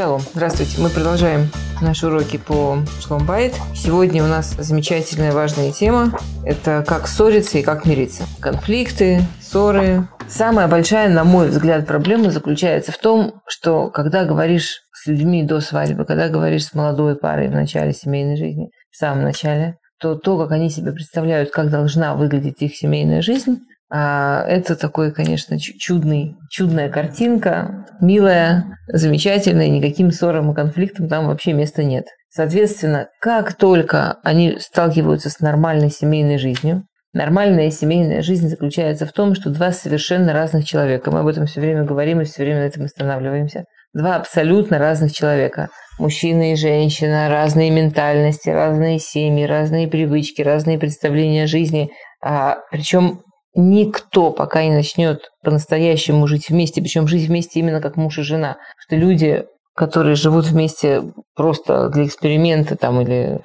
Шалом, здравствуйте. Мы продолжаем наши уроки по Шлом Байт. Сегодня у нас замечательная важная тема. Это как ссориться и как мириться. Конфликты, ссоры. Самая большая, на мой взгляд, проблема заключается в том, что когда говоришь с людьми до свадьбы, когда говоришь с молодой парой в начале семейной жизни, в самом начале, то, как они себе представляют, как должна выглядеть их семейная жизнь, это такой, конечно, чудная картинка, милая, замечательная, никаким ссорам и конфликтам там вообще места нет. Соответственно, как только они сталкиваются с нормальной семейной жизнью, нормальная семейная жизнь заключается в том, что два совершенно разных человека, мы об этом все время говорим и все время на этом останавливаемся, два абсолютно разных человека, мужчина и женщина, разные ментальности, разные семьи, разные привычки, разные представления о жизни, причем никто пока не начнет по-настоящему жить вместе, причем жить вместе именно как муж и жена. Потому что люди, которые живут вместе просто для эксперимента там, или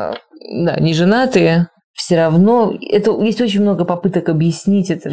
не женатые, все равно есть очень много попыток объяснить это в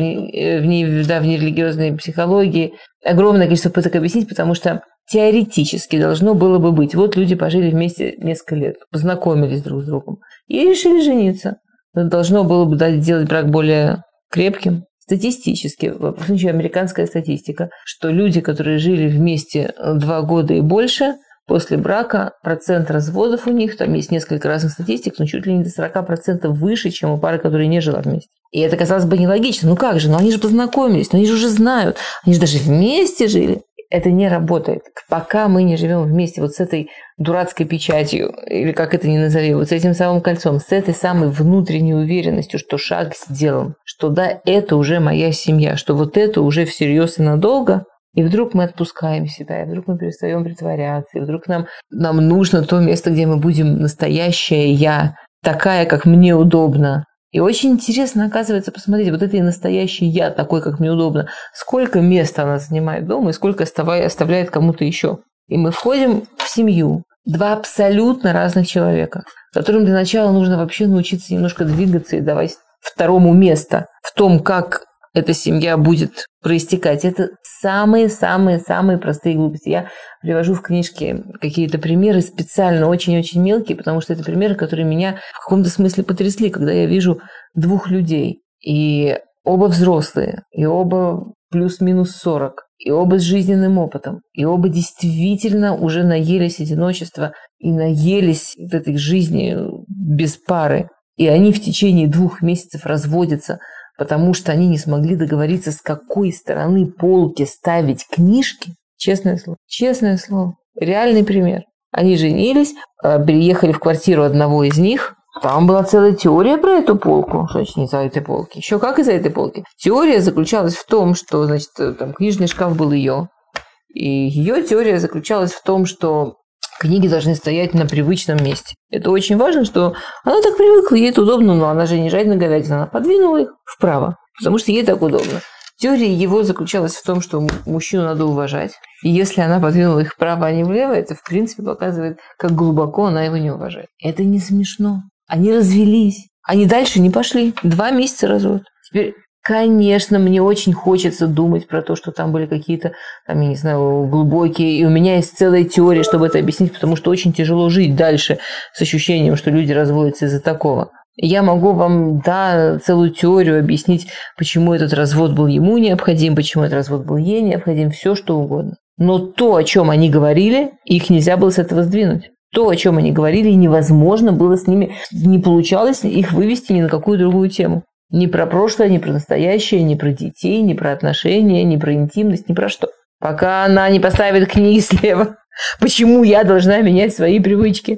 нерелигиозной психологии. Огромное количество попыток объяснить, потому что теоретически должно было бы быть. Вот люди пожили вместе несколько лет, познакомились друг с другом и решили жениться. Это должно было бы сделать брак более крепким. Статистически, в случае американская статистика, что люди, которые жили вместе 2 года и больше, после брака процент разводов у них, там есть несколько разных статистик, но чуть ли не до 40% выше, чем у пары, которая не жила вместе. И это, казалось бы, нелогично. Ну как же, они же познакомились, они же уже знают, они же даже вместе жили. Это не работает. Пока мы не живем вместе вот с этой дурацкой печатью, или как это ни назови, вот с этим самым кольцом, с этой самой внутренней уверенностью, что шаг сделан, что да, это уже моя семья, что вот это уже всерьез и надолго, и вдруг мы отпускаем себя, и вдруг мы перестаем притворяться, и вдруг нам нужно то место, где мы будем настоящая я, такая, как мне удобно. И очень интересно, оказывается, посмотреть, вот это и настоящий я, такой, как мне удобно, сколько места она занимает дома и сколько оставляет кому-то еще. И мы входим в семью. 2 абсолютно разных человека, которым для начала нужно вообще научиться немножко двигаться и давать второму место в том, как эта семья будет проистекать. Это самые-самые-самые простые глупости. Я привожу в книжке какие-то примеры специально очень-очень мелкие, потому что это примеры, которые меня в каком-то смысле потрясли, когда я вижу 2 людей, и оба взрослые, и оба плюс-минус 40, и оба с жизненным опытом, и оба действительно уже наелись одиночества и наелись вот этой жизни без пары. И они в течение 2 месяцев разводятся, потому что они не смогли договориться, с какой стороны полки ставить книжки. Честное слово. Реальный пример. Они женились, переехали в квартиру одного из них. Там была целая теория про эту полку. Что значит не из-за этой полки? Еще как из-за этой полки. Теория заключалась в том, что, значит, там книжный шкаф был ее. И ее теория заключалась в том, что книги должны стоять на привычном месте. Это очень важно, что она так привыкла, ей это удобно, но она же не жареная говядина, она подвинула их вправо, потому что ей так удобно. Теория его заключалась в том, что мужчину надо уважать, и если она подвинула их вправо, а не влево, это в принципе показывает, как глубоко она его не уважает. Это не смешно. Они развелись, они дальше не пошли. 2 месяца развод. Теперь... Конечно, мне очень хочется думать про то, что там были какие-то, там, я не знаю, глубокие, и у меня есть целая теория, чтобы это объяснить, потому что очень тяжело жить дальше с ощущением, что люди разводятся из-за такого. Я могу вам, целую теорию объяснить, почему этот развод был ему необходим, почему этот развод был ей необходим, все что угодно. Но то, о чем они говорили, их нельзя было с этого сдвинуть. То, о чем они говорили, невозможно было с ними, не получалось их вывести ни на какую другую тему. Ни про прошлое, ни про настоящее, ни про детей, ни про отношения, ни про интимность, ни про что. Пока она не поставит книги слева, почему я должна менять свои привычки?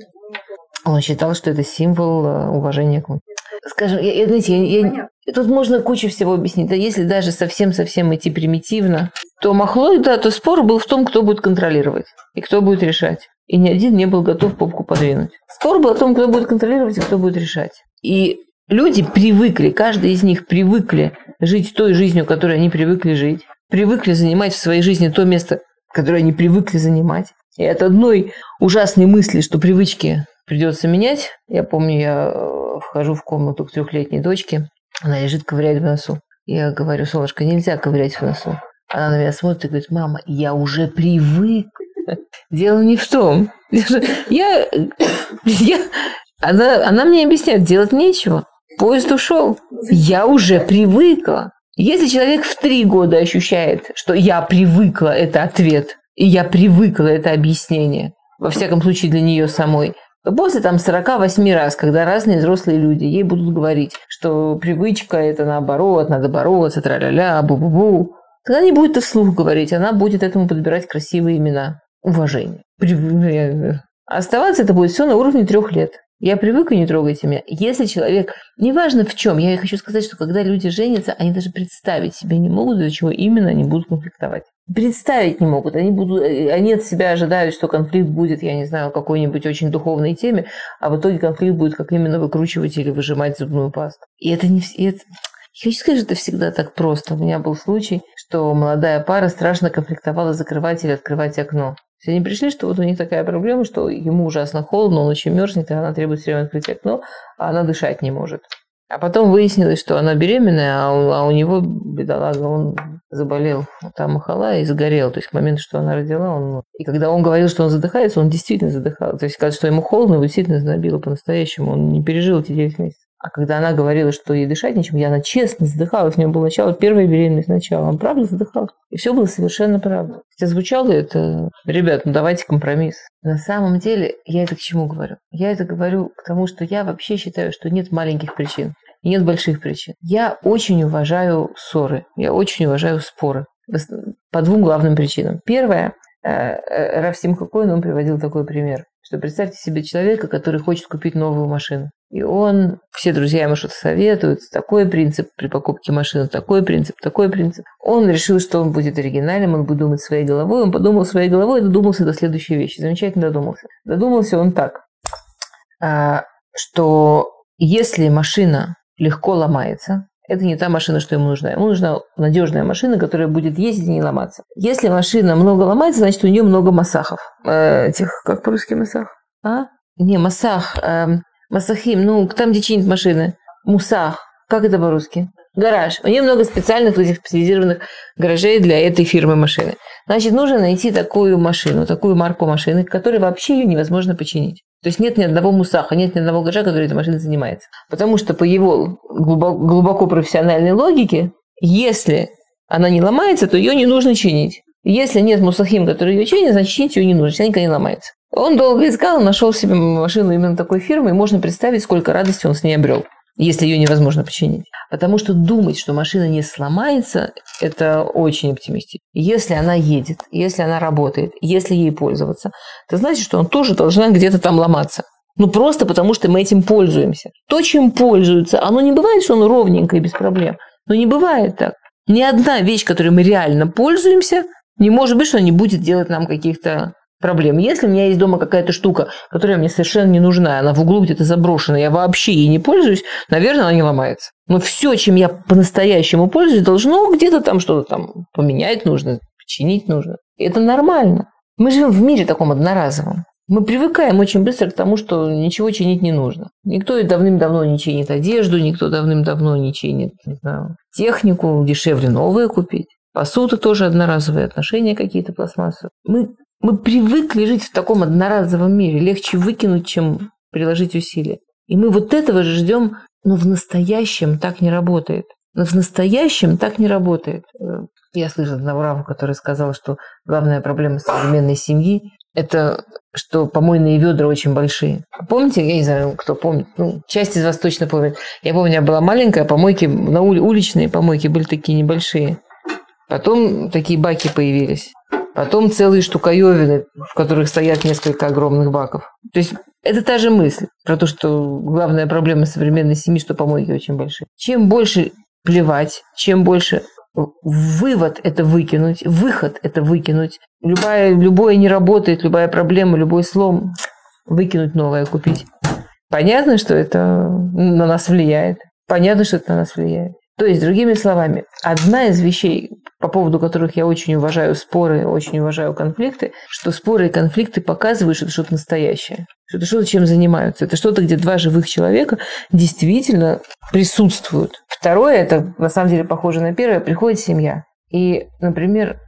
Он считал, что это символ уважения к нему. Скажем, тут можно кучу всего объяснить. Да, если даже совсем-совсем идти примитивно, то Махлой, то спор был в том, кто будет контролировать и кто будет решать. И ни один не был готов попку подвинуть. Спор был о том, кто будет контролировать и кто будет решать. И люди привыкли, каждый из них привыкли жить той жизнью, которой они привыкли жить, привыкли занимать в своей жизни то место, которое они привыкли занимать. И от одной ужасной мысли, что привычки придется менять, я помню, я вхожу в комнату к 3-летней дочке, она лежит, ковыряет в носу. Я говорю: солнышко, нельзя ковырять в носу. Она на меня смотрит и говорит: мама, я уже привык. Дело не в том. Она мне объясняет, делать нечего. Поезд ушел. Я уже привыкла. Если человек в 3 года ощущает, что я привыкла, это ответ, и я привыкла, это объяснение, во всяком случае для нее самой, то после 48 раз, когда разные взрослые люди ей будут говорить, что привычка – это наоборот, надо бороться, тра-ля-ля, бу-бу-бу, тогда не будет и вслух говорить, она будет этому подбирать красивые имена. Уважение. Оставаться это будет все на уровне 3 лет. Я привыкла, не трогайте меня. Если человек, неважно в чем, я хочу сказать, что когда люди женятся, они даже представить себе не могут, из-за чего именно они будут конфликтовать. Представить не могут. Они от себя ожидают, что конфликт будет, я не знаю, какой-нибудь очень духовной теме, а в итоге конфликт будет как именно выкручивать или выжимать зубную пасту. И это не... Я хочу сказать, что это всегда так просто. У меня был случай, что молодая пара страшно конфликтовала закрывать или открывать окно. Все они пришли, что вот у них такая проблема, что ему ужасно холодно, он очень мерзнет, и она требует все время открыть окно, а она дышать не может. А потом выяснилось, что она беременная, а у него, бедолага, он заболел, там махала и загорел. То есть к моменту, что она родила, он... И когда он говорил, что он задыхается, он действительно задыхался. То есть когда что ему холодно, его действительно знобило по-настоящему. Он не пережил эти 9 месяцев. А когда она говорила, что ей дышать нечем, она честно задыхалась. У нее было начало, первая беременность начала. Он правда задыхался. И все было совершенно правда. Хотя звучало это, ребят, давайте компромисс. На самом деле, я это к чему говорю? Я это говорю к тому, что я вообще считаю, что нет маленьких причин. И нет больших причин. Я очень уважаю ссоры. Я очень уважаю споры. По 2 главным причинам. Первое, Рав Симха Коэн, он приводил такой пример. Что представьте себе человека, который хочет купить новую машину. И все друзья ему что-то советуют, такой принцип при покупке машины, такой принцип, такой принцип. Он решил, что он будет оригинальным, он будет думать своей головой, он подумал своей головой и додумался до следующей вещи. Замечательно додумался. Додумался он так, что если машина легко ломается, это не та машина, что ему нужна. Ему нужна надежная машина, которая будет ездить и не ломаться. Если машина много ломается, значит, у нее много масахов. Как по-русски масах? Не, масах. Масахим, там, где чинят машины. Мусах. Как это по-русски? Гараж. У нее много специальных этих специализированных гаражей для этой фирмы машины. Значит, нужно найти такую машину, такую марку машины, которой вообще ее невозможно починить. То есть нет ни одного мусаха, нет ни одного гаража, который этой машиной занимается. Потому что по его глубоко профессиональной логике, если она не ломается, то ее не нужно чинить. Если нет мусахим, который ее чинит, значит, чинить ее не нужно, она никогда не ломается. Он долго искал, нашел себе машину именно такой фирмы, и можно представить, сколько радости он с ней обрел, если ее невозможно починить. Потому что думать, что машина не сломается, это очень оптимистично. Если она едет, если она работает, если ей пользоваться, это значит, что она тоже должна где-то там ломаться. Просто потому, что мы этим пользуемся. То, чем пользуются, оно не бывает, что оно ровненько и без проблем. Но не бывает так. Ни одна вещь, которой мы реально пользуемся, не может быть, что она не будет делать нам каких-то проблем. Если у меня есть дома какая-то штука, которая мне совершенно не нужна, она в углу где-то заброшена, я вообще ей не пользуюсь, наверное, она не ломается. Но все, чем я по-настоящему пользуюсь, должно где-то там что-то там поменять нужно, починить нужно. И это нормально. Мы живем в мире таком одноразовом. Мы привыкаем очень быстро к тому, что ничего чинить не нужно. Никто давным-давно не чинит одежду, никто давным-давно не чинит, не знаю, технику, дешевле новое купить. Посуда тоже одноразовые, отношения какие-то пластмассовые. Мы привыкли жить в таком одноразовом мире. Легче выкинуть, чем приложить усилия. И мы вот этого же ждем, но в настоящем так не работает. В настоящем так не работает. Я слышала одного рава, который сказал, что главная проблема современной семьи – это что помойные ведра очень большие. Помните, я не знаю, кто помнит, часть из вас точно помнит. Я помню, у меня была маленькая, помойки, уличные помойки были такие небольшие. Потом такие баки появились. Потом целые штуковины, в которых стоят несколько огромных баков. То есть это та же мысль про то, что главная проблема современной семьи, что помойки очень большие. Чем больше плевать, чем больше вывод – это выкинуть, выход – это выкинуть. Любое не работает, любая проблема, любой слом – выкинуть новое, купить. Понятно, что это на нас влияет. Понятно, что это на нас влияет. То есть, другими словами, одна из вещей, по поводу которых я очень уважаю споры, очень уважаю конфликты, что споры и конфликты показывают, что это что-то настоящее, что это что-то, чем занимаются. Это что-то, где 2 живых человека действительно присутствуют. Второе, это на самом деле похоже на первое, приходит семья. И, например,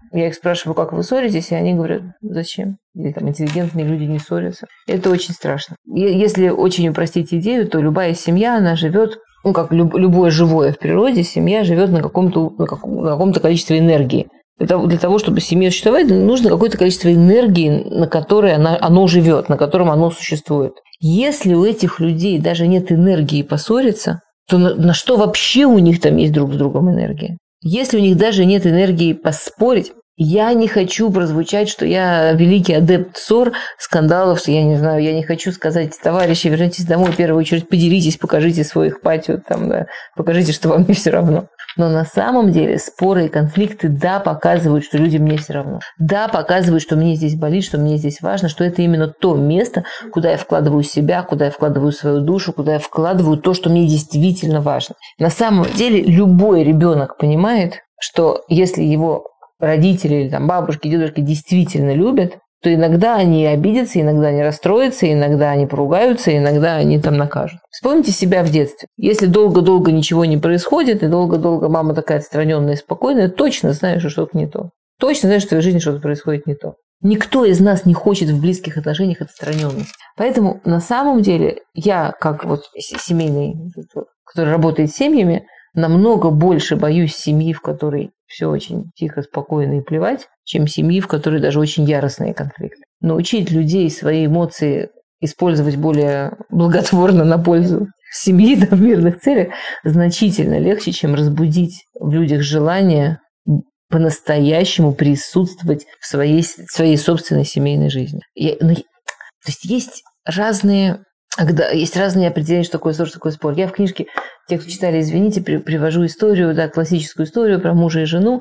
Я их спрашиваю, как вы ссоритесь, и они говорят, зачем? Или там интеллигентные люди не ссорятся. Это очень страшно. Если очень упростить идею, то любая семья, она живет, как любое живое в природе, семья живет на каком-то количестве энергии. Для того, чтобы семье существовать, нужно какое-то количество энергии, на которой оно живет, на котором оно существует. Если у этих людей даже нет энергии поссориться, то на что вообще у них там есть друг с другом энергия? Если у них даже нет энергии поспорить, я не хочу прозвучать, что я великий адепт ссор, скандалов, что я не знаю, я не хочу сказать, товарищи, вернитесь домой, в первую очередь поделитесь, покажите свою эмпатию, покажите, что вам не все равно. Но на самом деле споры и конфликты, да, показывают, что людям не все равно. Да, показывают, что мне здесь болит, что мне здесь важно, что это именно то место, куда я вкладываю себя, куда я вкладываю свою душу, куда я вкладываю то, что мне действительно важно. На самом деле любой ребенок понимает, что если его родители или бабушки, дедушки действительно любят, то иногда они обидятся, иногда они расстроятся, иногда они поругаются, иногда они накажут. Вспомните себя в детстве. Если долго-долго ничего не происходит, и долго-долго мама такая отстраненная и спокойная, точно знаешь, что что-то не то. Точно знаешь, что в твоей жизни что-то происходит не то. Никто из нас не хочет в близких отношениях отстраненности. Поэтому на самом деле я, как семейный, который работает с семьями, намного больше боюсь семьи, в которой все очень тихо, спокойно и плевать, чем семьи, в которой даже очень яростные конфликты. Научить людей свои эмоции использовать более благотворно на пользу семьи в мирных целях значительно легче, чем разбудить в людях желание по-настоящему присутствовать в своей собственной семейной жизни. То есть разные определения, что такое ссор, что такое спор. Я в книжке, те, кто читали, извините, привожу историю, классическую историю про мужа и жену,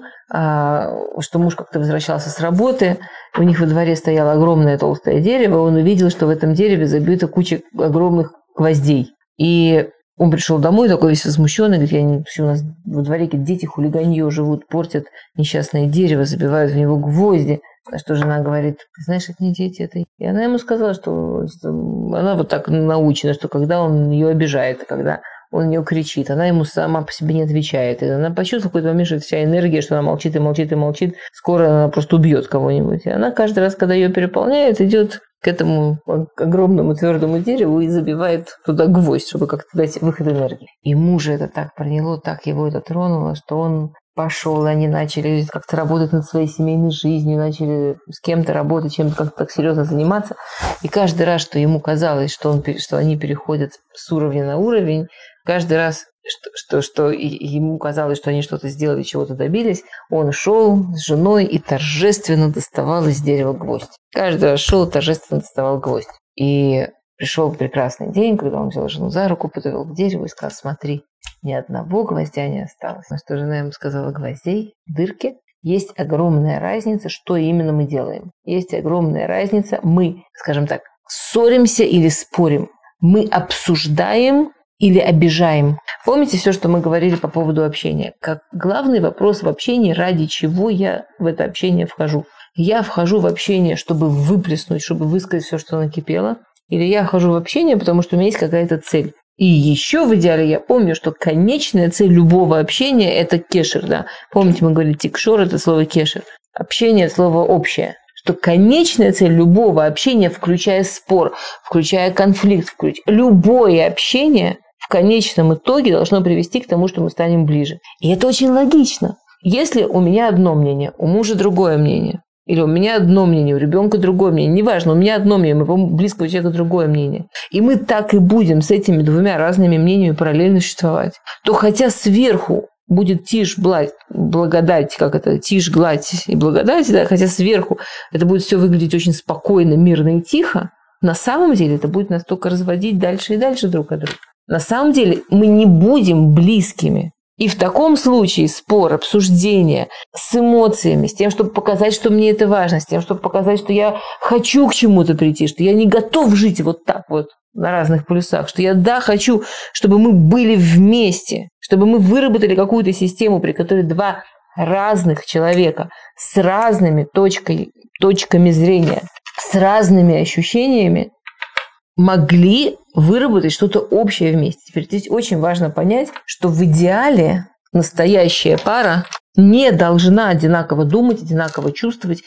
что муж как-то возвращался с работы, у них во дворе стояло огромное толстое дерево, он увидел, что в этом дереве забита куча огромных гвоздей. И он пришел домой такой весь возмущенный, говорит, у нас во дворе дети хулиганье живут, портят несчастное дерево, забивают в него гвозди. На что жена говорит, знаешь, это не дети, это... И она ему сказала, что она так научена, что когда он ее обижает, когда он на нее кричит, она ему сама по себе не отвечает. И она почувствовала в какой-то момент, что вся энергия, что она молчит и молчит и молчит, скоро она просто убьет кого-нибудь. И она каждый раз, когда ее переполняет, идет к этому огромному твердому дереву и забивает туда гвоздь, чтобы как-то дать выход энергии. И мужа это так проняло, так его это тронуло, что он пошел, и они начали как-то работать над своей семейной жизнью, начали с кем-то работать, чем-то как-то так серьезно заниматься. И каждый раз, что ему казалось, что они переходят с уровня на уровень, каждый раз, что ему казалось, что они что-то сделали, чего-то добились, он шел с женой и торжественно доставал из дерева гвоздь. Каждый раз шел, торжественно доставал гвоздь. И пришел прекрасный день, когда он взял жену за руку, подвел к дереву и сказал, смотри, ни одного гвоздя не осталось. На что жена ему сказала, гвоздей в дырке. Есть огромная разница, что именно мы делаем. Есть огромная разница. Мы, скажем так, ссоримся или спорим. Мы обсуждаем или обижаем. Помните все, что мы говорили по поводу общения? Как главный вопрос в общении, ради чего я в это общение вхожу. Я вхожу в общение, чтобы выплеснуть, чтобы высказать все, что накипело. Или я хожу в общение, потому что у меня есть какая-то цель. И еще в идеале я помню, что конечная цель любого общения – это кешер. Да? Помните, мы говорили, тикшор – это слово кешер. Общение – это слово общее. Что конечная цель любого общения, включая спор, включая конфликт, любое общение в конечном итоге должно привести к тому, что мы станем ближе. И это очень логично. Если у меня одно мнение, у мужа другое мнение, или у меня одно мнение, у ребенка другое мнение. Неважно, у меня одно мнение, у моего близкого человека другое мнение. И мы так и будем с этими двумя разными мнениями параллельно существовать. То хотя сверху будет тишь, благодать, тишь, гладь и благодать, да, хотя сверху это будет все выглядеть очень спокойно, мирно и тихо, на самом деле это будет нас только разводить дальше и дальше друг от друга. На самом деле мы не будем близкими. И в таком случае спор, обсуждение с эмоциями, с тем, чтобы показать, что мне это важно, с тем, чтобы показать, что я хочу к чему-то прийти, что я не готов жить вот так вот на разных полюсах, что я, хочу, чтобы мы были вместе, чтобы мы выработали какую-то систему, при которой два разных человека с разными точками зрения, с разными ощущениями могли выработать что-то общее вместе. Теперь здесь очень важно понять, что в идеале настоящая пара не должна одинаково думать, одинаково чувствовать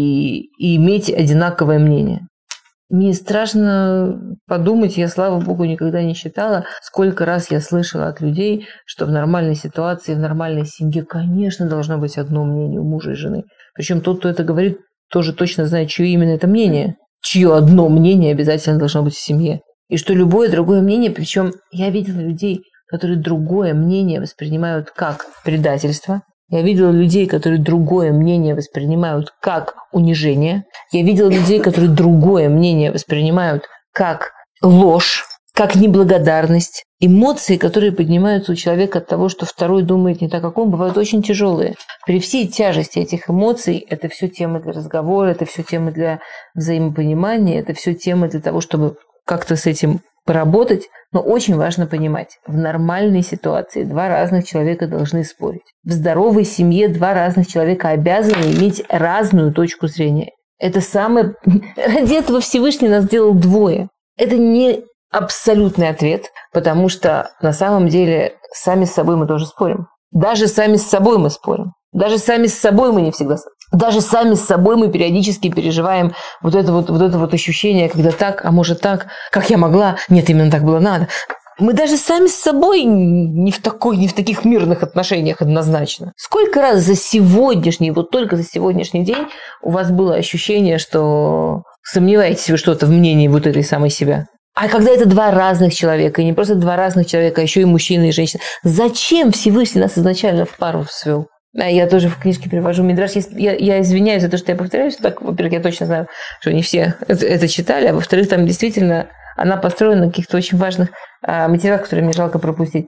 и иметь одинаковое мнение. Мне страшно подумать, я, слава богу, никогда не считала, сколько раз я слышала от людей, что в нормальной ситуации, в нормальной семье, конечно, должно быть одно мнение у мужа и жены. Причем тот, кто это говорит, тоже точно знает, чье именно это мнение, чье одно мнение обязательно должно быть в семье. И что любое другое мнение, причем я видела людей, которые другое мнение воспринимают как предательство. Я видела людей, которые другое мнение воспринимают как унижение. Я видела людей, которые другое мнение воспринимают как ложь, как неблагодарность. Эмоции, которые поднимаются у человека от того, что второй думает не так, как он, бывают очень тяжелые. При всей тяжести этих эмоций это все темы для разговора, это все темы для взаимопонимания, это все темы для того, чтобы как-то с этим поработать, но очень важно понимать, в нормальной ситуации два разных человека должны спорить. В здоровой семье два разных человека обязаны иметь разную точку зрения. Это самое... Ради этого Всевышний нас сделал двое. Это не абсолютный ответ, потому что на самом деле сами с собой мы тоже спорим. Даже сами с собой мы спорим. Даже сами с собой мы не всегда... Даже сами с собой мы периодически переживаем вот это ощущение, когда так, а может так, как я могла, нет, именно так было надо. Мы даже сами с собой не в таких мирных отношениях однозначно. Сколько раз за сегодняшний, вот только за сегодняшний день у вас было ощущение, что сомневаетесь вы что-то в мнении вот этой самой себя? А когда это два разных человека, и не просто два разных человека, а еще и мужчина и женщина, зачем Всевышний нас изначально в пару свел? Я тоже в книжке привожу Мидраш. Я извиняюсь за то, что я повторяюсь. Так, во-первых, я точно знаю, что не все это читали, а во-вторых, там действительно она построена на каких-то очень важных материалах, которые мне жалко пропустить.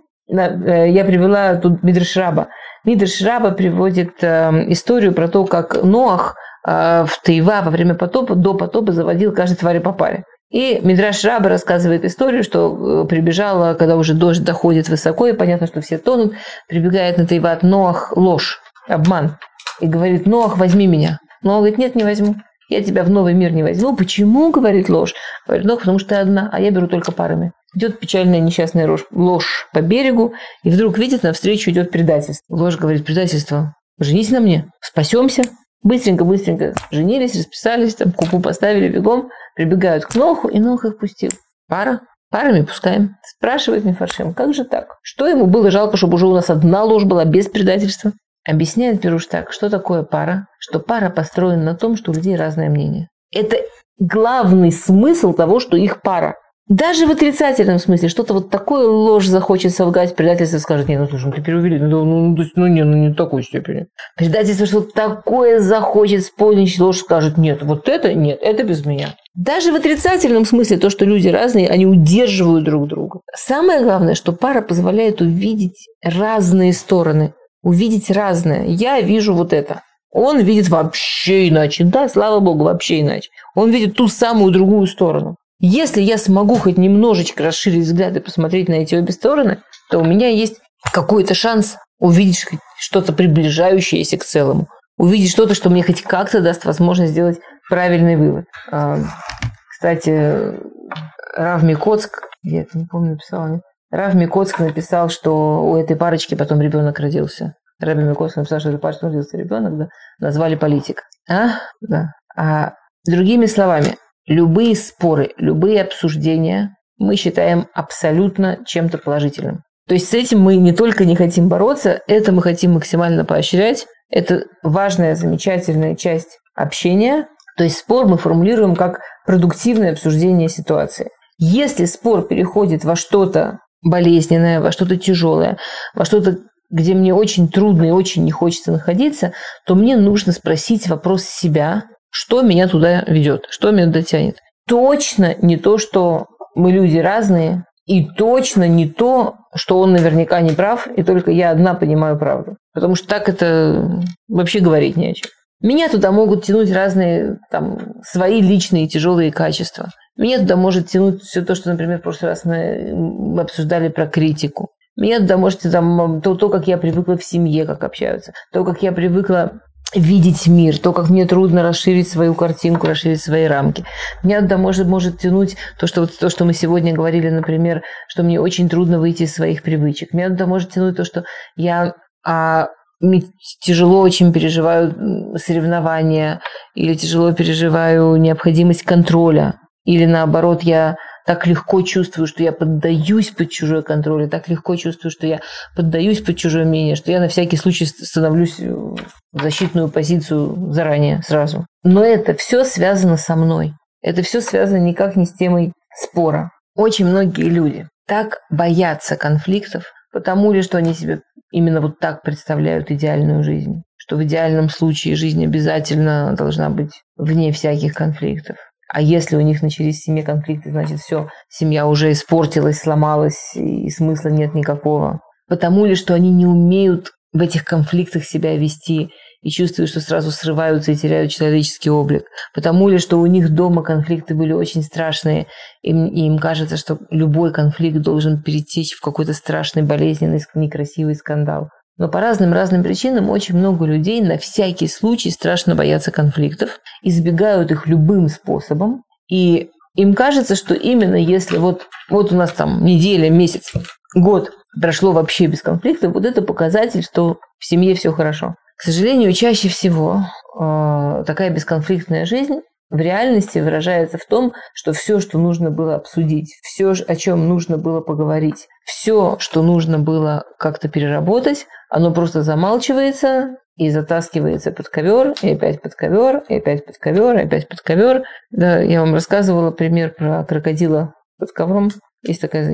Я привела тут Мидраш Раба. Мидраш Раба приводит историю про то, как Ноах в Тейва во время потопа, до потопа заводил каждой твари по паре. И Мидраш Раба рассказывает историю, что прибежала, когда уже дождь доходит высоко, и понятно, что все тонут, прибегает на Тейват Ноах, ложь, обман, и говорит: Ноах, возьми меня. Ноах говорит: нет, не возьму, я тебя в новый мир не возьму. Почему, говорит ложь? Говорит: Ноах, потому что ты одна, а я беру только парами. Идет печальная несчастная ложь по берегу, и вдруг видит, навстречу идет предательство. Ложь говорит: предательство, женись на мне, спасемся. Быстренько женились, расписались, там купу поставили бегом, прибегают к Ноху, и Нох их пустил. Парами пускаем. Спрашивает Мефаршим: как же так? Что ему было жалко, чтобы уже у нас одна ложь была без предательства? Объясняет Пируш так: что такое пара? Что пара построена на том, что у людей разное мнение. Это главный смысл того, что их пара. Даже в отрицательном смысле что-то вот такое ложь захочет солгать, предательство скажет: нет, слушай, ты преувеличил, не в такой степени. Предательство что-то такое захочет вспомнить, ложь скажет: нет, это без меня. Даже в отрицательном смысле то, что люди разные, они удерживают друг друга. Самое главное, что пара позволяет увидеть разные стороны, увидеть разное. Я вижу вот это. Он видит вообще иначе. Да, слава богу, вообще иначе. Он видит ту самую другую сторону. Если я смогу хоть немножечко расширить взгляд и посмотреть на эти обе стороны, то у меня есть какой-то шанс увидеть что-то приближающееся к целому. Увидеть что-то, что мне хоть как-то даст возможность сделать правильный вывод. Кстати, Рав Микоцк, я это не помню, написала, нет? Рав Микоцк написал, что у этой парочки потом ребенок родился. Рав Микоцк написал, что у этой парочки родился ребенок, да, назвали политик. Да. Другими словами, любые споры, любые обсуждения мы считаем абсолютно чем-то положительным. То есть с этим мы не только не хотим бороться, это мы хотим максимально поощрять. Это важная, замечательная часть общения. То есть спор мы формулируем как продуктивное обсуждение ситуации. Если спор переходит во что-то болезненное, во что-то тяжелое, во что-то, где мне очень трудно и очень не хочется находиться, то мне нужно спросить вопрос себя, что меня туда ведет, что меня туда тянет. Точно не то, что мы люди разные, и точно не то, что он наверняка не прав, и только я одна понимаю правду. Потому что так это вообще говорить не о чем. Меня туда могут тянуть разные свои личные тяжелые качества. Меня туда может тянуть все то, что, например, в прошлый раз мы обсуждали про критику. Меня туда может то, как я привыкла в семье, как общаются, то, как я привыкла видеть мир, то, как мне трудно расширить свою картинку, расширить свои рамки. Меня туда может тянуть то, что мы сегодня говорили, например, что мне очень трудно выйти из своих привычек. Меня туда может тянуть то, что я тяжело очень переживаю соревнования, или тяжело переживаю необходимость контроля, или наоборот, я так легко чувствую, что я поддаюсь под чужой контроль, и так легко чувствую, что я поддаюсь под чужое мнение, что я на всякий случай становлюсь в защитную позицию заранее, сразу. Но это все связано со мной. Это все связано никак не с темой спора. Очень многие люди так боятся конфликтов, потому ли, что они себе именно вот так представляют идеальную жизнь, что в идеальном случае жизнь обязательно должна быть вне всяких конфликтов. А если у них начались в семье конфликты, значит, все, семья уже испортилась, сломалась, и смысла нет никакого. Потому ли, что они не умеют в этих конфликтах себя вести и чувствуют, что сразу срываются и теряют человеческий облик. Потому ли, что у них дома конфликты были очень страшные, и им кажется, что любой конфликт должен перетечь в какой-то страшный, болезненный, некрасивый скандал. Но по разным причинам очень много людей на всякий случай страшно боятся конфликтов, избегают их любым способом, и им кажется, что именно если вот у нас там неделя, месяц, год прошло вообще без конфликтов, вот это показатель, что в семье все хорошо. К сожалению, чаще всего такая бесконфликтная жизнь в реальности выражается в том, что все, что нужно было обсудить, все, о чем нужно было поговорить, все, что нужно было как-то переработать, оно просто замалчивается и затаскивается под ковер, и опять под ковер, и опять под ковер, и опять под ковер. Да, я вам рассказывала пример про крокодила под ковром. Есть такой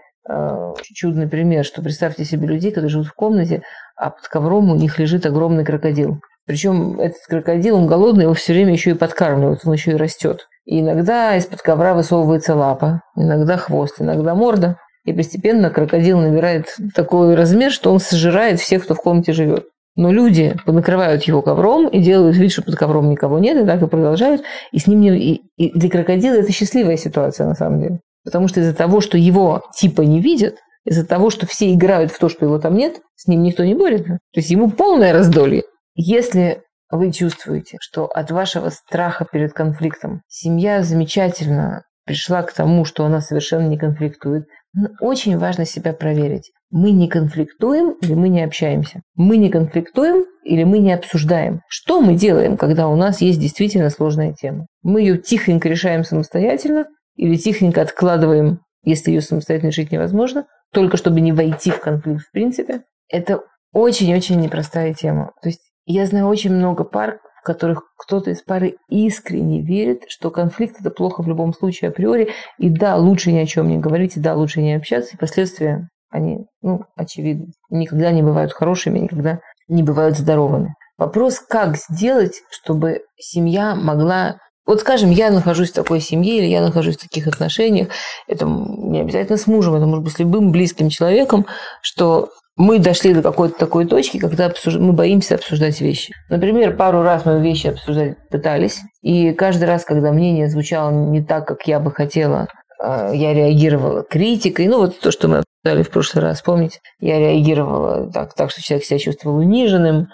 чудный пример, что представьте себе людей, которые живут в комнате, а под ковром у них лежит огромный крокодил. Причем этот крокодил, он голодный, его все время еще и подкармливают, он еще и растет. И иногда из-под ковра высовывается лапа, иногда хвост, иногда морда. И постепенно крокодил набирает такой размер, что он сожирает всех, кто в комнате живет. Но люди накрывают его ковром и делают вид, что под ковром никого нет, и так и продолжают. И с ним и для крокодила это счастливая ситуация на самом деле. Потому что из-за того, что его типа не видят, из-за того, что все играют в то, что его там нет, с ним никто не борется. То есть ему полное раздолье. Если вы чувствуете, что от вашего страха перед конфликтом семья замечательно пришла к тому, что она совершенно не конфликтует, очень важно себя проверить. Мы не конфликтуем или мы не общаемся? Мы не конфликтуем или мы не обсуждаем? Что мы делаем, когда у нас есть действительно сложная тема? Мы ее тихонько решаем самостоятельно или тихонько откладываем, если ее самостоятельно решить невозможно, только чтобы не войти в конфликт в принципе? Это очень-очень непростая тема. То есть я знаю очень много пар, в которых кто-то из пары искренне верит, что конфликт – это плохо в любом случае априори, и да, лучше ни о чем не говорить, и да, лучше не общаться, и последствия, они, очевидны. Никогда не бывают хорошими, никогда не бывают здоровыми. Вопрос, как сделать, чтобы семья могла... Вот, скажем, я нахожусь в такой семье, или я нахожусь в таких отношениях, это не обязательно с мужем, это может быть с любым близким человеком, что... Мы дошли до какой-то такой точки, когда мы боимся обсуждать вещи. Например, пару раз мы вещи обсуждать пытались, и каждый раз, когда мнение звучало не так, как я бы хотела, я реагировала критикой. Вот то, что мы обсуждали в прошлый раз, помните? Я реагировала так, что человек себя чувствовал униженным,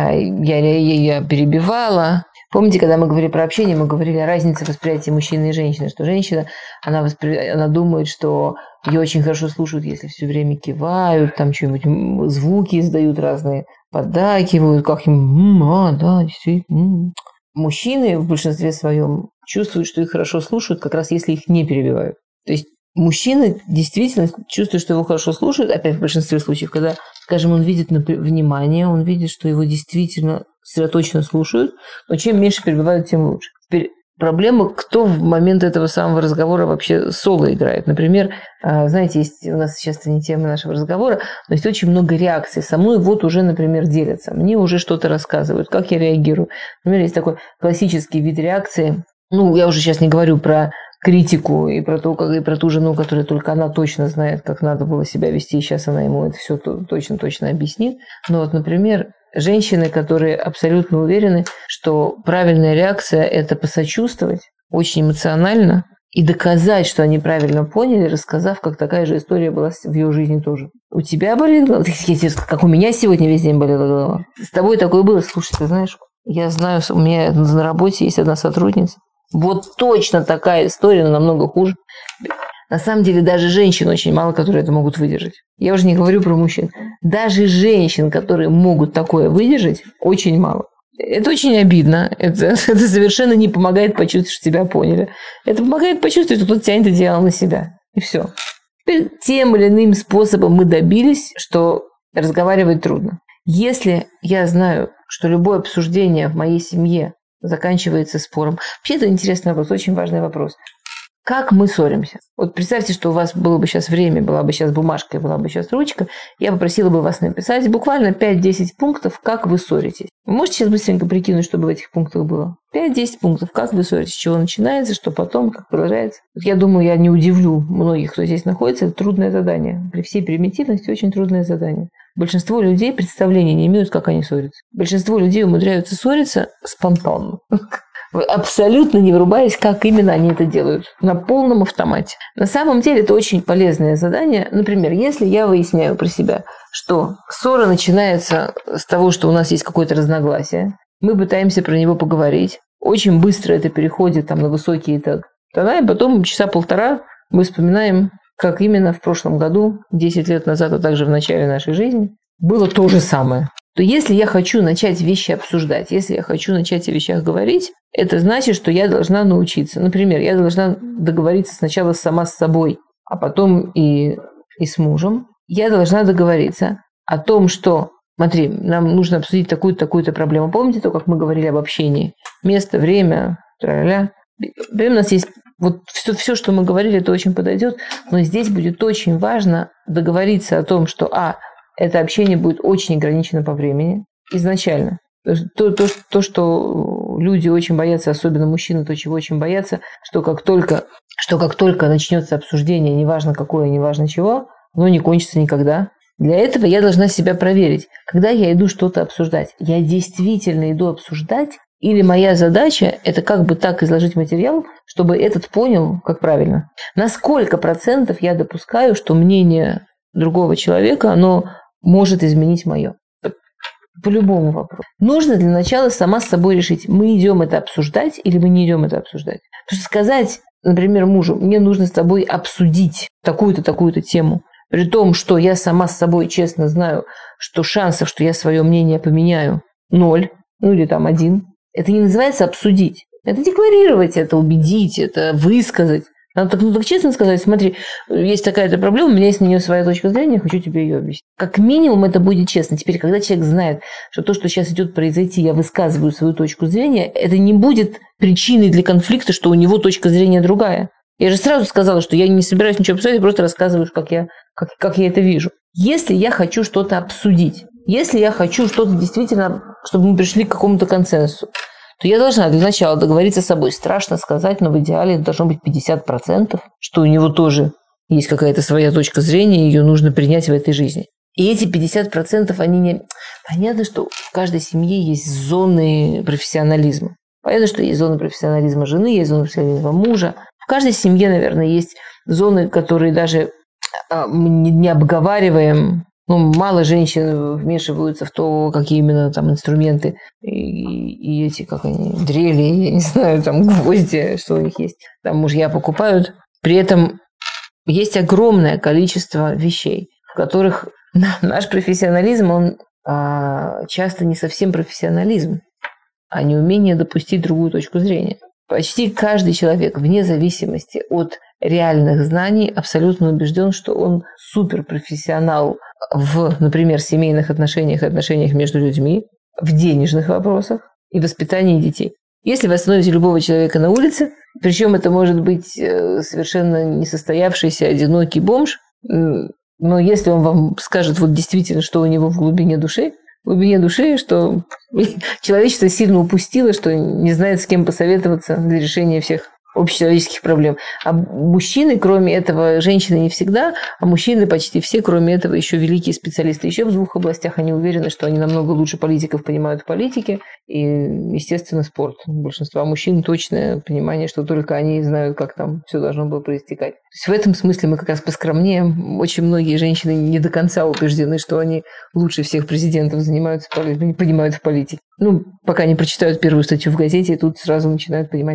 я перебивала. Помните, когда мы говорили про общение, мы говорили о разнице восприятия мужчины и женщины, что женщина, она думает, что ее очень хорошо слушают, если все время кивают, там что-нибудь, звуки издают разные, поддакивают, как им, да, действительно. Мужчины в большинстве своем чувствуют, что их хорошо слушают, как раз если их не перебивают. То есть мужчина действительно чувствует, что его хорошо слушают, опять в большинстве случаев, когда, скажем, он видит внимание, он видит, что его действительно сосредоточенно слушают, но чем меньше перебивают, тем лучше. Теперь проблема, кто в момент этого самого разговора вообще соло играет. Например, знаете, есть у нас сейчас это не тема нашего разговора, но есть очень много реакций. Со мной уже, например, делятся, мне уже что-то рассказывают, как я реагирую. Например, есть такой классический вид реакции. Я уже сейчас не говорю про критику и про ту жену, которая только она точно знает, как надо было себя вести, и сейчас она ему это все точно объяснит. Но например, женщины, которые абсолютно уверены, что правильная реакция – это посочувствовать очень эмоционально и доказать, что они правильно поняли, рассказав, как такая же история была в ее жизни тоже. У тебя болит голова? Как у меня сегодня весь день болела голова. С тобой такое было? Слушай, ты знаешь, я знаю, у меня на работе есть одна сотрудница. Вот точно такая история, но намного хуже. На самом деле даже женщин очень мало, которые это могут выдержать. Я уже не говорю про мужчин. Даже женщин, которые могут такое выдержать, очень мало. Это очень обидно. Это совершенно не помогает почувствовать, что тебя поняли. Это помогает почувствовать, что кто-то тянет одеяло на себя. И все. Теперь тем или иным способом мы добились, что разговаривать трудно. Если я знаю, что любое обсуждение в моей семье заканчивается спором. Вообще это интересный вопрос, очень важный вопрос. Как мы ссоримся? Вот представьте, что у вас было бы сейчас время, была бы сейчас бумажка, была бы сейчас ручка. Я попросила бы вас написать буквально 5-10 пунктов, как вы ссоритесь. Вы можете сейчас быстренько прикинуть, что бы в этих пунктах было? 5-10 пунктов, как вы ссоритесь, с чего начинается, что потом, как продолжается. Я думаю, я не удивлю многих, кто здесь находится. Это трудное задание. При всей примитивности очень трудное задание. Большинство людей представления не имеют, как они ссорятся. Большинство людей умудряются ссориться спонтанно. Абсолютно не врубаясь, как именно они это делают. На полном автомате. На самом деле это очень полезное задание. Например, если я выясняю про себя, что ссора начинается с того, что у нас есть какое-то разногласие, мы пытаемся про него поговорить, очень быстро это переходит на высокие тона, и потом часа полтора мы вспоминаем, как именно в прошлом году, 10 лет назад, а также в начале нашей жизни, было то же самое. То если я хочу начать вещи обсуждать, если я хочу начать о вещах говорить, это значит, что я должна научиться. Например, я должна договориться сначала сама с собой, а потом и с мужем. Я должна договориться о том, что, смотри, нам нужно обсудить такую-то проблему. Помните то, как мы говорили об общении? Место, время, тра-ля-ля. У нас есть вот все, что мы говорили, это очень подойдет, но здесь будет очень важно договориться о том, что это общение будет очень ограничено по времени изначально. То, что люди очень боятся, особенно мужчины, то, чего очень боятся, что как только начнется обсуждение, неважно какое, неважно чего, оно не кончится никогда. Для этого я должна себя проверить. Когда я иду что-то обсуждать, я действительно иду обсуждать, или моя задача – это как бы так изложить материал, чтобы этот понял, как правильно. На сколько процентов я допускаю, что мнение другого человека, оно может изменить мое? По любому вопросу. Нужно для начала сама с собой решить, мы идем это обсуждать или мы не идем это обсуждать. Потому что сказать, например, мужу, мне нужно с тобой обсудить такую-то тему, при том, что я сама с собой честно знаю, что шансов, что я свое мнение поменяю, 0, или 1. Это не называется обсудить. Это декларировать, это убедить, это высказать. Надо так честно сказать, смотри, есть такая-то проблема, у меня есть на нее своя точка зрения, хочу тебе ее объяснить. Как минимум это будет честно. Теперь, когда человек знает, что то, что сейчас идет произойти, я высказываю свою точку зрения, это не будет причиной для конфликта, что у него точка зрения другая. Я же сразу сказала, что я не собираюсь ничего обсуждать, я просто рассказываю, как я это вижу. Если я хочу что-то обсудить, если я хочу что-то действительно, чтобы мы пришли к какому-то консенсусу, то я должна для начала договориться с собой. Страшно сказать, но в идеале это должно быть 50%, что у него тоже есть какая-то своя точка зрения, ее нужно принять в этой жизни. И эти 50% они не... Понятно, что в каждой семье есть зоны профессионализма. Понятно, что есть зоны профессионализма жены, есть зоны профессионализма мужа. В каждой семье, наверное, есть зоны, которые даже мы не обговариваем. Мало женщин вмешиваются в то, какие именно инструменты и эти, как они, дрели, я не знаю, гвозди, что у них есть. Мужья покупают. При этом есть огромное количество вещей, в которых наш профессионализм, он часто не совсем профессионализм, а неумение допустить другую точку зрения. Почти каждый человек, вне зависимости от реальных знаний, абсолютно убежден, что он суперпрофессионал в, например, семейных отношениях и отношениях между людьми, в денежных вопросах и воспитании детей. Если вы остановите любого человека на улице, причем это может быть совершенно несостоявшийся одинокий бомж, но если он вам скажет действительно, что у него в глубине души, что человечество сильно упустило, что не знает, с кем посоветоваться для решения всех общечеловеческих проблем. А мужчины, кроме этого, женщины не всегда, а мужчины почти все, кроме этого, еще великие специалисты. Еще в 2 областях они уверены, что они намного лучше политиков понимают в политике и, естественно, спорт. У большинства мужчин точное понимание, что только они знают, как там все должно было проистекать. То есть в этом смысле мы как раз поскромнее. Очень многие женщины не до конца убеждены, что они лучше всех президентов занимаются, понимают в политике. Пока не прочитают первую статью в газете, и тут сразу начинают понимать все.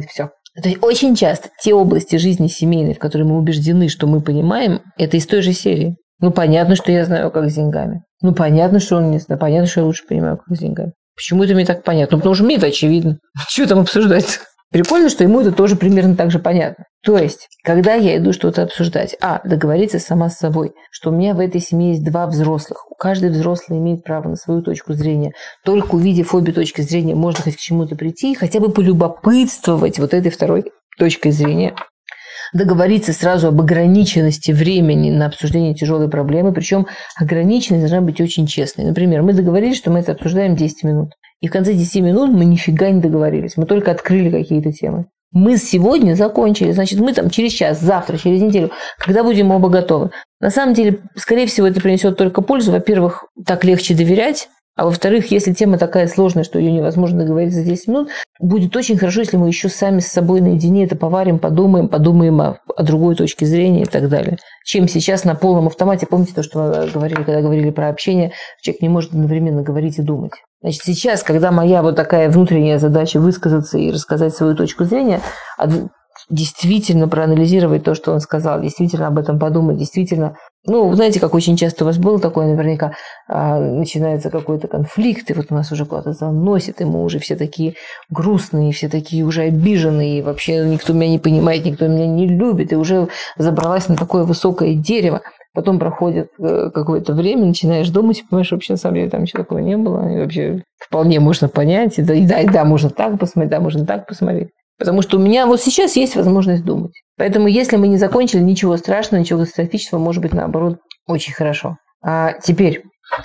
То есть очень часто те области жизни семейной, в которые мы убеждены, что мы понимаем, это из той же серии. Ну, понятно, что я знаю, как с деньгами. Ну, понятно, что он не знает. Понятно, что я лучше понимаю, как с деньгами. Почему это мне так понятно? Ну, потому что мне это очевидно. Что там обсуждать? Прикольно, что ему это тоже примерно так же понятно. То есть, когда я иду что-то обсуждать, договориться сама с собой, что у меня в этой семье есть два взрослых. Каждый взрослый имеет право на свою точку зрения. Только увидев обе точки зрения, можно хоть к чему-то прийти и хотя бы полюбопытствовать вот этой второй точкой зрения. Договориться сразу об ограниченности времени на обсуждение тяжелой проблемы, причем ограниченность должна быть очень честной. Например, мы договорились, что мы это обсуждаем 10 минут. И в конце 10 минут мы нифига не договорились. Мы только открыли какие-то темы. Мы сегодня закончили, значит, мы там через час, завтра, через неделю, когда будем оба готовы. На самом деле, скорее всего, это принесет только пользу. Во-первых, так легче доверять. А во-вторых, если тема такая сложная, что ее невозможно договорить за 10 минут, будет очень хорошо, если мы еще сами с собой наедине это поварим, подумаем о другой точке зрения и так далее. Чем сейчас на полном автомате. Помните то, что мы говорили, когда говорили про общение, человек не может одновременно говорить и думать. Значит, сейчас, когда моя вот такая внутренняя задача высказаться и рассказать свою точку зрения, действительно проанализировать то, что он сказал, действительно об этом подумать, действительно... Ну, знаете, как очень часто у вас было такое, наверняка, начинается какой-то конфликт, и вот нас уже куда-то заносит, и мы уже все такие грустные, все такие уже обиженные, и вообще никто меня не понимает, никто меня не любит, и уже забралась на такое высокое дерево. Потом проходит какое-то время, начинаешь думать, и понимаешь, вообще на самом деле там ничего такого не было, и вообще вполне можно понять, и да, можно так посмотреть, да, можно так посмотреть. Потому что у меня вот сейчас есть возможность думать. Поэтому если мы не закончили, ничего страшного, ничего катастрофического, может быть, наоборот, очень хорошо. Теперь,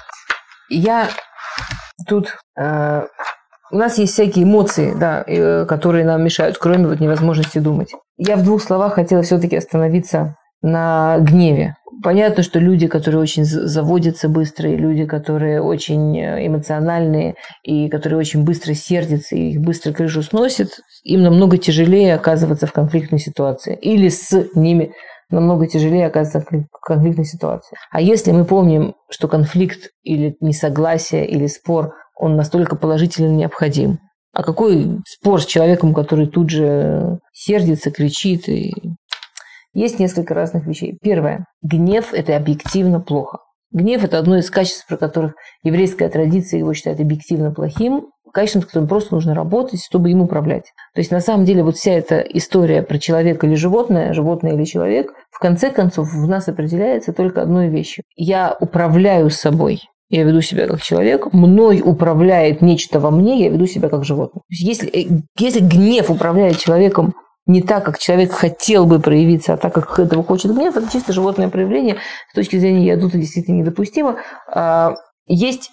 я тут... у нас есть всякие эмоции, да, которые нам мешают, кроме вот невозможности думать. Я в двух словах хотела все-таки остановиться на гневе. Понятно, что люди, которые очень заводятся быстро, и люди, которые очень эмоциональные, и которые очень быстро сердятся, и их быстро крышу сносит, им намного тяжелее оказываться в конфликтной ситуации. Или с ними намного тяжелее оказываться в конфликтной ситуации. А если мы помним, что конфликт или несогласие, или спор, он настолько положительно необходим, а какой спор с человеком, который тут же сердится, кричит и... Есть несколько разных вещей. Первое. Гнев – это объективно плохо. Гнев – это одно из качеств, про которых еврейская традиция его считает объективно плохим, качеством, с которым просто нужно работать, чтобы им управлять. То есть, на самом деле, вот вся эта история про человека или животное или человек, в конце концов, в нас определяется только одной вещью. Я управляю собой. Я веду себя как человек, мной управляет нечто во мне, я веду себя как животное. То есть, если гнев управляет человеком не так, как человек хотел бы проявиться, а так, как этого хочет гнев, это чисто животное проявление. С точки зрения ядута действительно недопустимо. Есть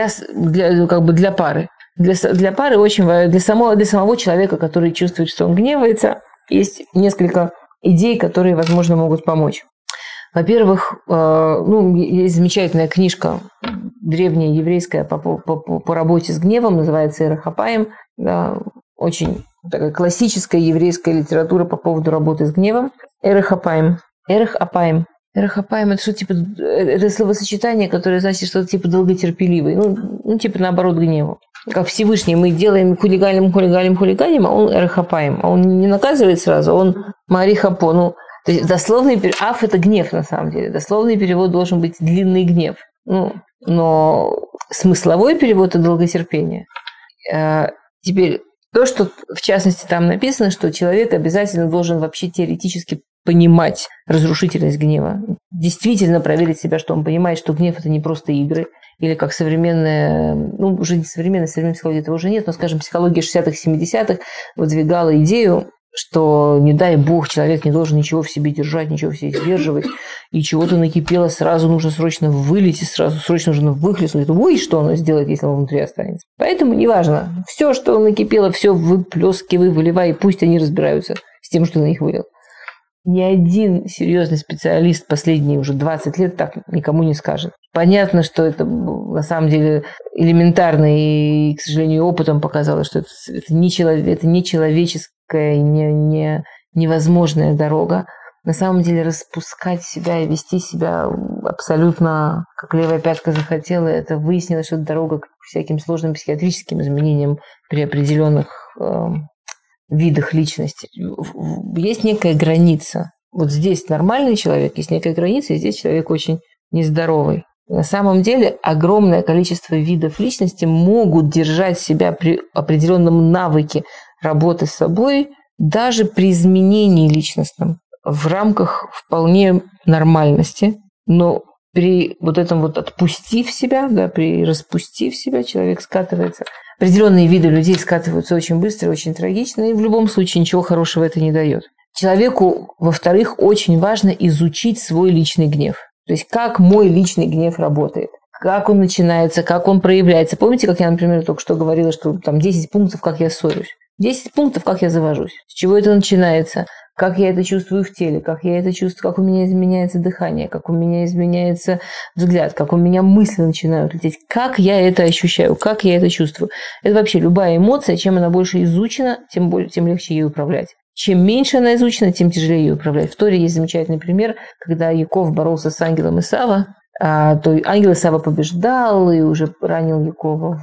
для пары. Для пары очень для самого человека, который чувствует, что он гневается, есть несколько идей, которые, возможно, могут помочь. Во-первых, есть замечательная книжка древняя еврейская по работе с гневом, называется «Эрech Апаим». Да, очень такая классическая еврейская литература по поводу работы с гневом. Эрech Апаим. Эрech Апаим. Эрech Апаим – это что типа это словосочетание, которое значит что-то типа долготерпеливый. Типа наоборот гневу. Как Всевышний, мы делаем хулиганим, а он Эрech Апаим. А он не наказывает сразу, он Маарих Апо. То есть дословный перевод, аф – это гнев на самом деле. Дословный перевод должен быть длинный гнев. Но смысловой перевод – это долготерпение. Теперь то, что в частности там написано, что человек обязательно должен вообще теоретически понимать разрушительность гнева. Действительно проверить себя, что он понимает, что гнев – это не просто игры. Или как современная, уже не современная психология этого уже нет, но, скажем, психология 60-х, 70-х выдвигала идею, что, не дай бог, человек не должен ничего в себе держать, ничего в себе сдерживать, и чего-то накипело, сразу нужно срочно вылить, и срочно нужно выхлестнуть. Ой, что оно сделает, если оно внутри останется. Поэтому неважно. Все, что накипело, все выплескивай, выливай, и пусть они разбираются с тем, что на них вылил. Ни один серьезный специалист последние уже 20 лет так никому не скажет. Понятно, что это на самом деле элементарно, и, к сожалению, опытом показалось, что это не человеческая, невозможная дорога. На самом деле распускать себя и вести себя абсолютно как левая пятка захотела, это выяснилось, что это дорога к всяким сложным психиатрическим изменениям при определенных видах личности. Есть некая граница. Вот здесь нормальный человек, есть некая граница, и здесь человек очень нездоровый. На самом деле огромное количество видов личности могут держать себя при определенном навыке работы с собой даже при изменении личностном в рамках вполне нормальности, но при вот этом вот отпустив себя, да, при распустив себя, человек скатывается. Определенные виды людей скатываются очень быстро, очень трагично, и в любом случае ничего хорошего это не дает. Человеку, во-вторых, очень важно изучить свой личный гнев. То есть как мой личный гнев работает, как он начинается, как он проявляется. Помните, как я, например, только что говорила, что там 10 пунктов, как я ссорюсь, 10 пунктов, как я завожусь, с чего это начинается, как я это чувствую в теле, как я это чувствую, как у меня изменяется дыхание, как у меня изменяется взгляд, как у меня мысли начинают лететь, как я это ощущаю, как я это чувствую. Это вообще любая эмоция, чем она больше изучена, тем легче ей управлять. Чем меньше она изучена, тем тяжелее ее управлять. В Торе есть замечательный пример, когда Яков боролся с ангелом Исава, то ангел Исава побеждал и уже ранил Якова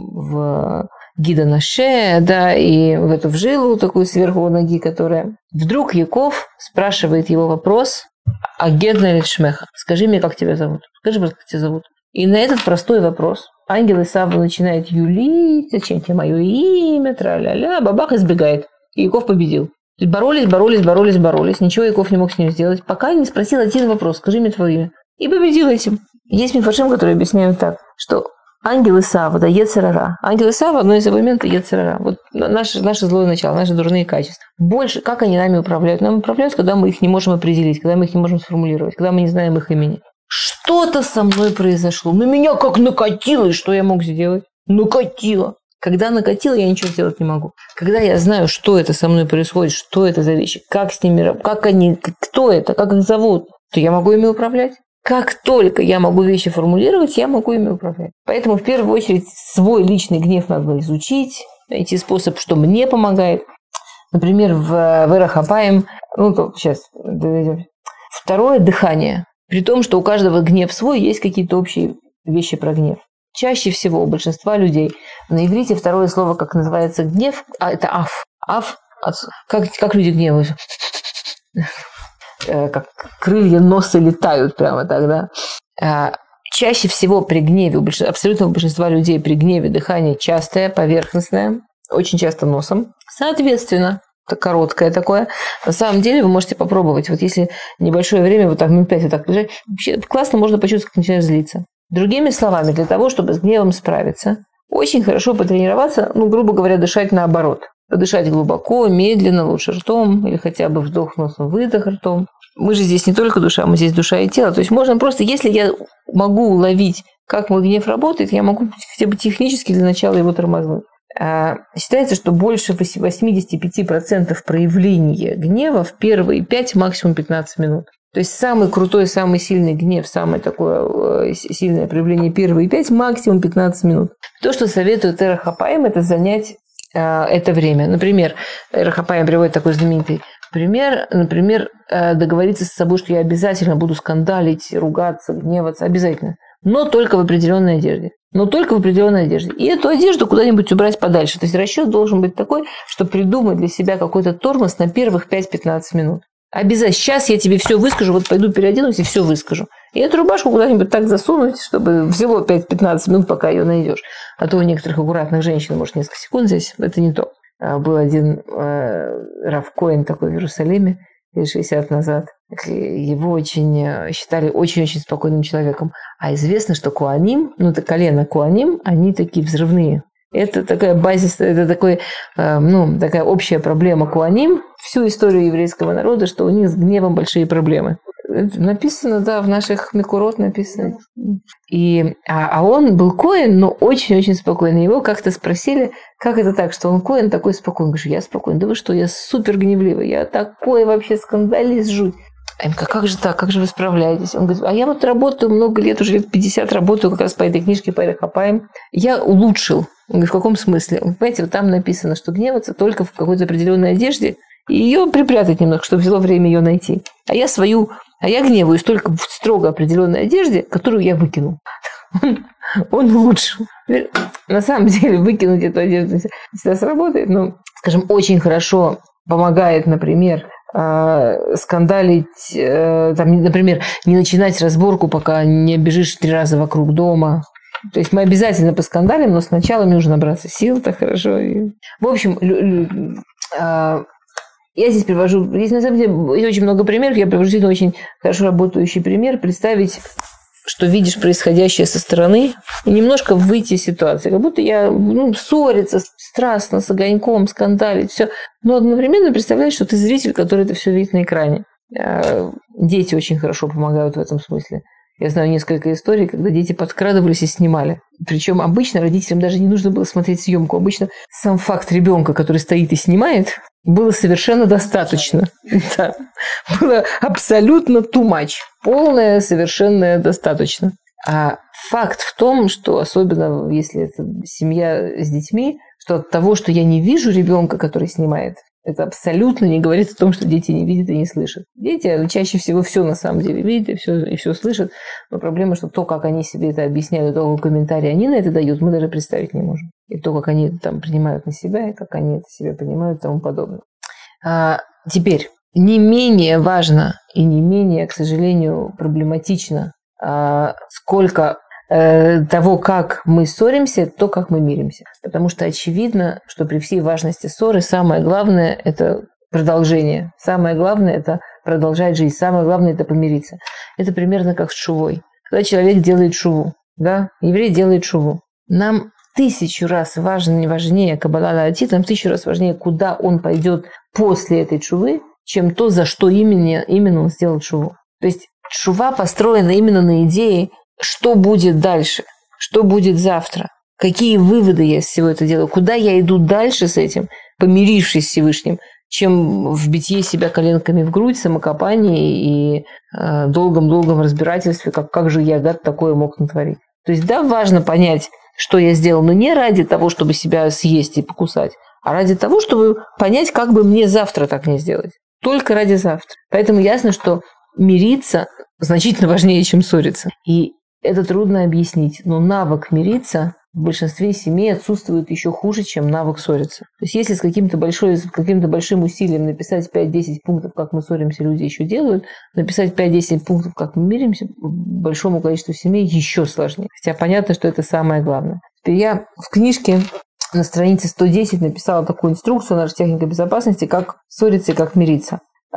в Гида-Наше, да, и в эту в жилу такую сверху ноги, которая... Вдруг Яков спрашивает его вопрос: «А Гедна Шмеха, скажи мне, как тебя зовут? Скажи, как тебя зовут?» И на этот простой вопрос ангел Исава начинает юлить: «Зачем тебе мое имя? Тра-ля-ля», бабах, избегает. И Яков победил. Боролись, ничего Яков не мог с ним сделать, пока не спросил один вопрос: «Скажи мне твое имя». И победил этим. Есть мифаршим, которые объясняют так, что ангел Исава, да, Йецер ара. Ангел Исава, одно из элементов Йецер ара. Вот наше злое начало, наши дурные качества. Больше, как они нами управляют? Нами управляют, когда мы их не можем определить, когда мы их не можем сформулировать, когда мы не знаем их имени. Что-то со мной произошло. На меня как накатило, и что я мог сделать? Накатило. Когда накатило, я ничего сделать не могу. Когда я знаю, что это со мной происходит, что это за вещи, как с ними, как они, кто это, как их зовут, то я могу ими управлять. Как только я могу вещи формулировать, я могу ими управлять. Поэтому в первую очередь свой личный гнев надо изучить, найти способ, что мне помогает. Например, в Эрах Апаим, сейчас доведем. Второе — дыхание. При том, что у каждого гнев свой, есть какие-то общие вещи про гнев. Чаще всего у большинства людей на иврите второе слово, как называется гнев, это аф. Аф, как люди гневаются. Как крылья носа летают прямо тогда. Чаще всего при гневе, абсолютного большинства людей при гневе дыхание частое, поверхностное, очень часто носом. Соответственно, это короткое такое. На самом деле вы можете попробовать. Вот если небольшое время, вот так минут 5 вот так лежать, вообще классно, можно почувствовать, как начинаешь злиться. Другими словами, для того, чтобы с гневом справиться, очень хорошо потренироваться, грубо говоря, дышать наоборот. Подышать глубоко, медленно, лучше ртом, или хотя бы вдох носом, выдох ртом. Мы же здесь не только душа, мы здесь душа и тело. То есть можно просто, если я могу уловить, как мой гнев работает, я могу хотя бы технически для начала его тормознуть. Считается, что больше 85% проявления гнева в первые 5, максимум 15 минут. То есть самый крутой, самый сильный гнев, самое такое сильное проявление первые 5, максимум 15 минут. То, что советует Эрах Апаим, это занять это время. Например, Эрах Апаим приводит такой знаменитый пример. Например, договориться с собой, что я обязательно буду скандалить, ругаться, гневаться. Обязательно. Но только в определенной одежде. И эту одежду куда-нибудь убрать подальше. То есть расчет должен быть такой, что придумать для себя какой-то тормоз на первых 5-15 минут. Обязательно. Сейчас я тебе все выскажу, вот пойду переоденусь и все выскажу. И эту рубашку куда-нибудь так засунуть, чтобы взяло 5-15 минут, пока ее найдешь. А то у некоторых аккуратных женщин, может, несколько секунд здесь, это не то. Был один Рав Коэн такой в Иерусалиме, лет 60 назад. Его считали очень-очень спокойным человеком. А известно, что Коаним, это колено Коаним, они такие взрывные. Это такая такая общая проблема Коаним, всю историю еврейского народа, что у них с гневом большие проблемы. Это написано, да, в наших Микурот написано. А он был Коэн, но очень-очень спокойный. Его как-то спросили, как это так, что он Коэн такой спокойный. Он говорит: я спокойный. Да вы что, я супер гневливый, я такой вообще скандалист, жуть. А им: как же так, как же вы справляетесь? Он говорит: а я вот работаю много лет, уже лет 50 работаю как раз по этой книжке, по Эрах Апаим. Я улучшил. Он говорит: в каком смысле? Вы понимаете, вот там написано, что гневаться только в какой-то определенной одежде, и ее припрятать немного, чтобы взяло время ее найти. А я гневаюсь только в строго определенной одежде, которую я выкинул. Он улучшил. На самом деле выкинуть эту одежду всегда сработает, но скажем, очень хорошо помогает, например, скандалить, там, например, не начинать разборку, пока не бежишь 3 раза вокруг дома. То есть мы обязательно поскандалим, но сначала мне нужно набраться сил, так хорошо. В общем, я здесь привожу, здесь на самом деле есть очень много примеров, я привожу очень хорошо работающий пример, представить, что видишь происходящее со стороны, и немножко выйти из ситуации, как будто я ссориться страстно, с огоньком, скандалить, все, но одновременно представляешь, что ты зритель, который это все видит на экране. Дети очень хорошо помогают в этом смысле. Я знаю несколько историй, когда дети подкрадывались и снимали. Причем обычно родителям даже не нужно было смотреть съемку. Обычно сам факт ребенка, который стоит и снимает, было совершенно достаточно. Да. Было абсолютно too much. Полное, совершенное достаточно. А факт в том, что особенно если это семья с детьми, что от того, что я не вижу ребенка, который снимает, это абсолютно не говорит о том, что дети не видят и не слышат. Дети чаще всего все на самом деле видят и все слышат. Но проблема, что то, как они себе это объясняют, то, какой комментарий они на это дают, мы даже представить не можем. И то, как они там принимают на себя, и как они это себе понимают и тому подобное. Теперь, не менее важно и не менее, к сожалению, проблематично, сколько того, как мы ссоримся, то, как мы миримся. Потому что очевидно, что при всей важности ссоры самое главное – это продолжение. Самое главное – это продолжать жизнь. Самое главное – это помириться. Это примерно как с шувой. Когда человек делает шуву, да, еврей делает шуву, нам 1000 раз важнее кабала лаатит, нам 1000 раз важнее, куда он пойдет после этой шувы, чем то, за что именно он сделал шуву. То есть шува построена именно на идее, что будет дальше, что будет завтра, какие выводы я из всего этого делаю, куда я иду дальше с этим, помирившись с Всевышним, чем в битье себя коленками в грудь, самокопании и долгом-долгом разбирательстве, как же я, гад, такое мог натворить. То есть, да, важно понять, что я сделал, но не ради того, чтобы себя съесть и покусать, а ради того, чтобы понять, как бы мне завтра так не сделать. Только ради завтра. Поэтому ясно, что мириться значительно важнее, чем ссориться. И это трудно объяснить, но навык мириться в большинстве семей отсутствует еще хуже, чем навык ссориться. То есть если с каким-то большим усилием написать 5-10 пунктов, как мы ссоримся, люди еще делают, написать 5-10 пунктов, как мы миримся, большому количеству семей еще сложнее. Хотя понятно, что это самое главное. Теперь я в книжке на странице 110 написала такую инструкцию, наша техника безопасности, как ссориться и как мириться.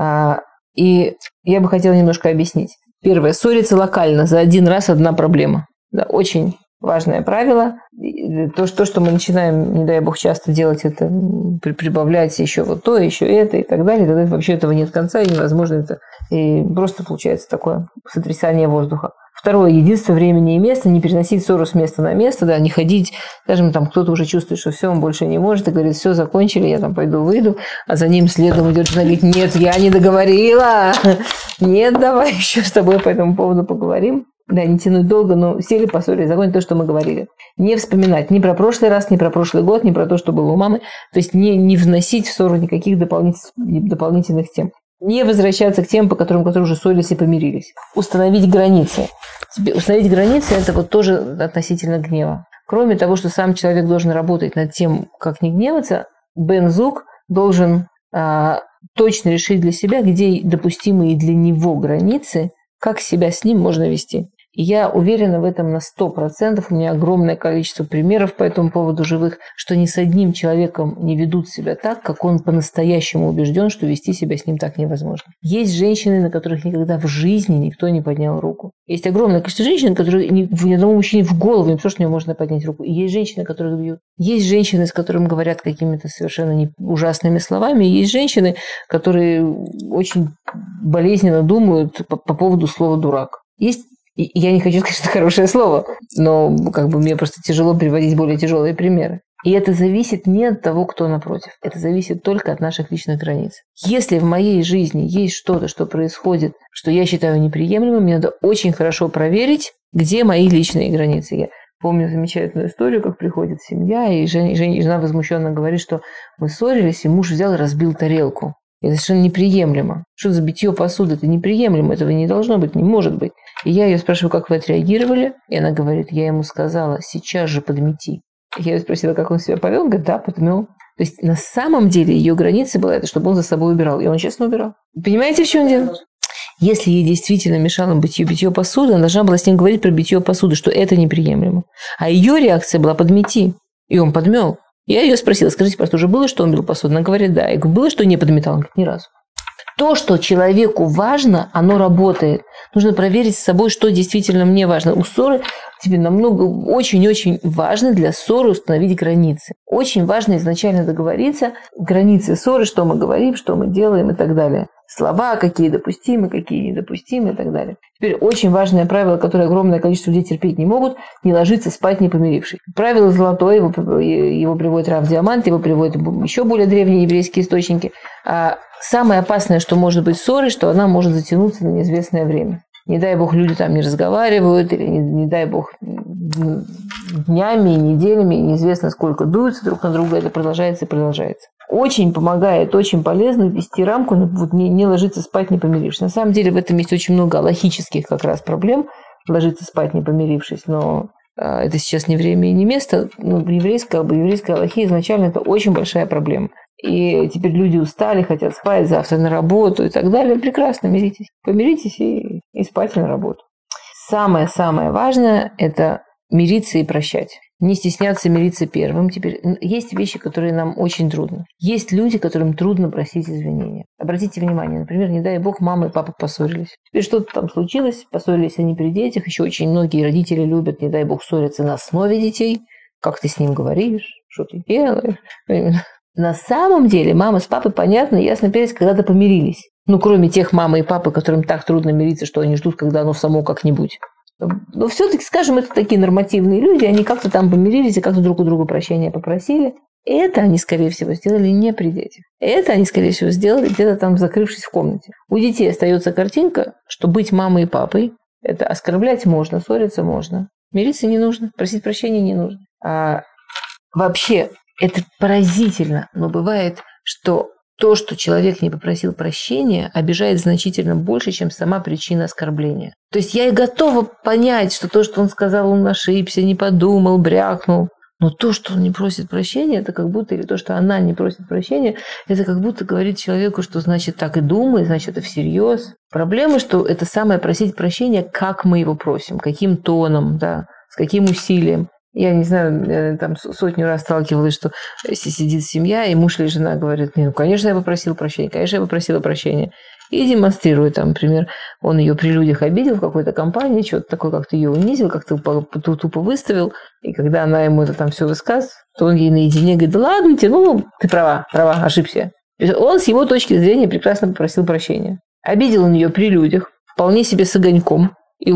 И я бы хотела немножко объяснить. Первое. Ссориться локально. За один раз одна проблема. Да, очень важное правило. То, что мы начинаем, не дай бог, часто делать, это прибавлять еще вот то, еще это и так далее. Тогда вообще этого нет конца, и невозможно это. И просто получается такое сотрясание воздуха. Второе. Единство времени и места. Не переносить ссору с места на место, да, не ходить. Скажем, там кто-то уже чувствует, что все, он больше не может, и говорит, все, закончили, я там пойду выйду, а за ним следом идет жена, говорит, нет, я не договорила. Нет, давай еще с тобой по этому поводу поговорим. Да, не тянуть долго, но сели, поссорились, закончили то, что мы говорили. Не вспоминать ни про прошлый раз, ни про прошлый год, ни про то, что было у мамы. То есть не вносить в ссору никаких дополнительных тем. Не возвращаться к тем, которые уже ссорились и помирились. Установить границы. Установить границы – это вот тоже относительно гнева. Кроме того, что сам человек должен работать над тем, как не гневаться, бен-зуг должен точно решить для себя, где допустимые для него границы, как себя с ним можно вести. И я уверена в этом на 100%. У меня огромное количество примеров по этому поводу живых, что ни с одним человеком не ведут себя так, как он по-настоящему убежден, что вести себя с ним так невозможно. Есть женщины, на которых никогда в жизни никто не поднял руку. Есть огромное количество женщин, которые ни одному мужчине в голову не то, что не можно поднять руку. И есть женщины, которых бьют. Есть женщины, с которыми говорят какими-то совершенно ужасными словами. И есть женщины, которые очень болезненно думают по поводу слова «дурак». Есть. И я не хочу сказать, что это хорошее слово, но мне просто тяжело приводить более тяжелые примеры. И это зависит не от того, кто напротив. Это зависит только от наших личных границ. Если в моей жизни есть что-то, что происходит, что я считаю неприемлемым, мне надо очень хорошо проверить, где мои личные границы. Я помню замечательную историю, как приходит семья, и жена возмущенно говорит, что мы ссорились, и муж взял и разбил тарелку. Это совершенно неприемлемо. Что за битье посуды? Это неприемлемо, этого не должно быть, не может быть. И я ее спрашиваю, как вы отреагировали? И она говорит, я ему сказала, сейчас же подмети. Я ее спросила, как он себя повел. Он говорит, да, подмел. То есть на самом деле ее граница была это, чтобы он за собой убирал. И он честно убирал. Понимаете, в чем дело? Если ей действительно мешало битье посуды, она должна была с ним говорить про битье посуды, что это неприемлемо. А ее реакция была подмети. И он подмел. Я ее спросила, скажите, просто уже было, что он бил посуду? Она говорит, да. Я говорю, было, что не подметал? Он говорит, ни разу. То, что человеку важно, оно работает. Нужно проверить с собой, что действительно мне важно. У ссоры тебе намного, очень-очень важно для ссоры установить границы. Очень важно изначально договориться, границы ссоры, что мы говорим, что мы делаем и так далее. Слова, какие допустимы, какие недопустимы и так далее. Теперь очень важное правило, которое огромное количество людей терпеть не могут, не ложиться спать не помирившись. Правило золотое, его приводит Рав Диамант, его приводят еще более древние еврейские источники. А самое опасное, что может быть в ссоре, что она может затянуться на неизвестное время. Не дай бог, люди там не разговаривают, или не дай бог, днями, неделями, неизвестно сколько дуются друг на друга, это продолжается и продолжается. Очень помогает, очень полезно ввести рамку, вот не ложиться спать, не помирившись. На самом деле в этом есть очень много алахических как раз проблем, ложиться спать, не помирившись, но это сейчас не время и не место. Но еврейская алахия изначально это очень большая проблема. И теперь люди устали, хотят спать, завтра на работу и так далее. Прекрасно, миритесь. Помиритесь и спать на работу. Самое-самое важное – это мириться и прощать. Не стесняться мириться первым. Теперь есть вещи, которые нам очень трудно. Есть люди, которым трудно просить извинения. Обратите внимание, например, не дай бог, мама и папа поссорились. Теперь что-то там случилось, поссорились они при детях. Еще очень многие родители любят, не дай бог, ссориться на основе детей. Как ты с ним говоришь, что ты делаешь. На самом деле мама с папой, понятно, ясно перец, когда-то помирились. Ну, кроме тех мамы и папы, которым так трудно мириться, что они ждут, когда оно само как-нибудь. Но все-таки, скажем, это такие нормативные люди, они как-то там помирились и как-то друг у друга прощения попросили. Это они, скорее всего, сделали не при детях. Это они, скорее всего, сделали где-то там, закрывшись в комнате. У детей остается картинка, что быть мамой и папой – это оскорблять можно, ссориться можно. Мириться не нужно, просить прощения не нужно. А вообще, это поразительно, но бывает, что то, что человек не попросил прощения, обижает значительно больше, чем сама причина оскорбления. То есть я и готова понять, что то, что он сказал, он ошибся, не подумал, брякнул. Но то, что он не просит прощения, это как будто, или то, что она не просит прощения, это как будто говорит человеку, что значит так и думай, значит это всерьез. Проблема, что это самое просить прощения, как мы его просим, каким тоном, да, с каким усилием. Я не знаю, там сотню раз сталкивалась, что сидит семья, и муж или жена говорит, ну, конечно, я попросила прощения, конечно, я попросила прощения. И демонстрирует, там, например, он ее при людях обидел в какой-то компании, что-то такое, как-то ее унизил, как-то тупо выставил. И когда она ему это там все высказывает, то он ей наедине говорит, да ладно тебе, ну, ты права, ошибся. То есть он с его точки зрения прекрасно попросил прощения. Обидел он ее при людях, вполне себе с огоньком.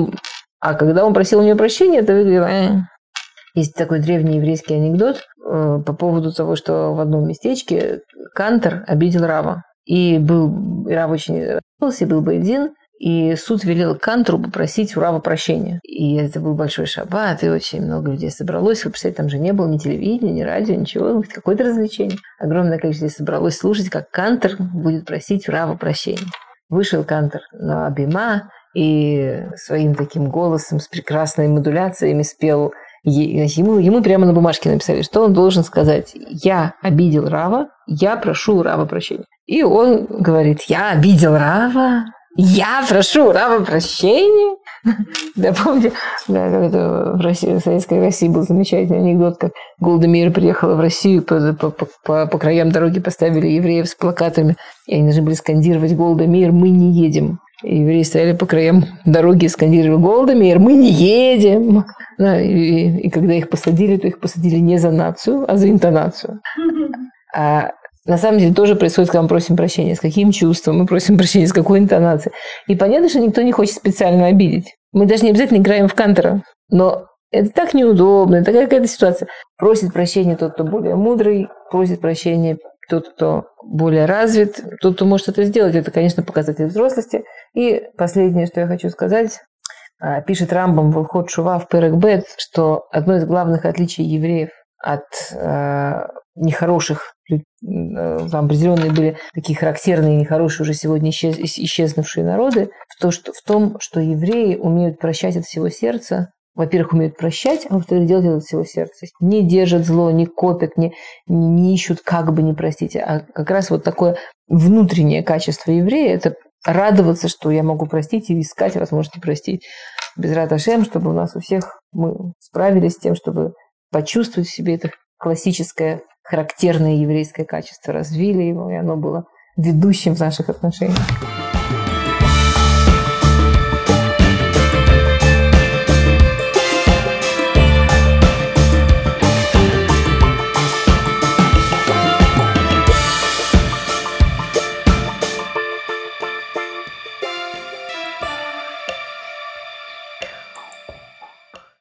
А когда он просил у нее прощения, это выглядело... Есть такой древний еврейский анекдот по поводу того, что в одном местечке Кантор обидел Рава. И Рав очень обиделся, был бейдин, и суд велел Кантору попросить у Рава прощения. И это был большой шаббат, и очень много людей собралось. Вы представляете, там же не было ни телевидения, ни радио, ничего, какое-то развлечение. Огромное количество людей собралось слушать, как Кантор будет просить у Рава прощения. Вышел Кантор на бима и своим таким голосом с прекрасной модуляциями спел. Ему прямо на бумажке написали, что он должен сказать: «Я обидел Рава, я прошу у Рава прощения». И он говорит: «Я обидел Рава, я прошу у Рава прощения». Да, помните, как это в Советской России был замечательный анекдот, как Голда Меир приехала в Россию, по краям дороги поставили евреев с плакатами, и они должны были скандировать: «Голда Меир, мы не едем». И евреи стояли по краям дороги и скандировали: «Голда Меир, мы не едем». Да, и когда их посадили, то их посадили не за нацию, а за интонацию. А на самом деле тоже происходит, когда мы просим прощения. С каким чувством мы просим прощения, с какой интонацией. И понятно, что никто не хочет специально обидеть. Мы даже не обязательно играем в Кантора. Но это так неудобно, это какая-то ситуация. Просит прощения тот, кто более мудрый, просит прощения тот, кто более развит, тот, кто может это сделать. Это, конечно, показатель взрослости. И последнее, что я хочу сказать, пишет Рамбам в Илхот Шува в Перек Бет, что одно из главных отличий евреев от нехороших, там определенные были такие характерные нехорошие, уже сегодня исчезнувшие народы, в том, что евреи умеют прощать от всего сердца во-первых, умеют прощать, а во-вторых, делать это от всего сердца. То есть не держат зло, не копят, не ищут, как бы не простить. А как раз вот такое внутреннее качество еврея – это радоваться, что я могу простить и искать возможности простить. Безрат Ашем, чтобы у нас у всех мы справились с тем, чтобы почувствовать в себе это классическое, характерное еврейское качество, развили его, и оно было ведущим в наших отношениях.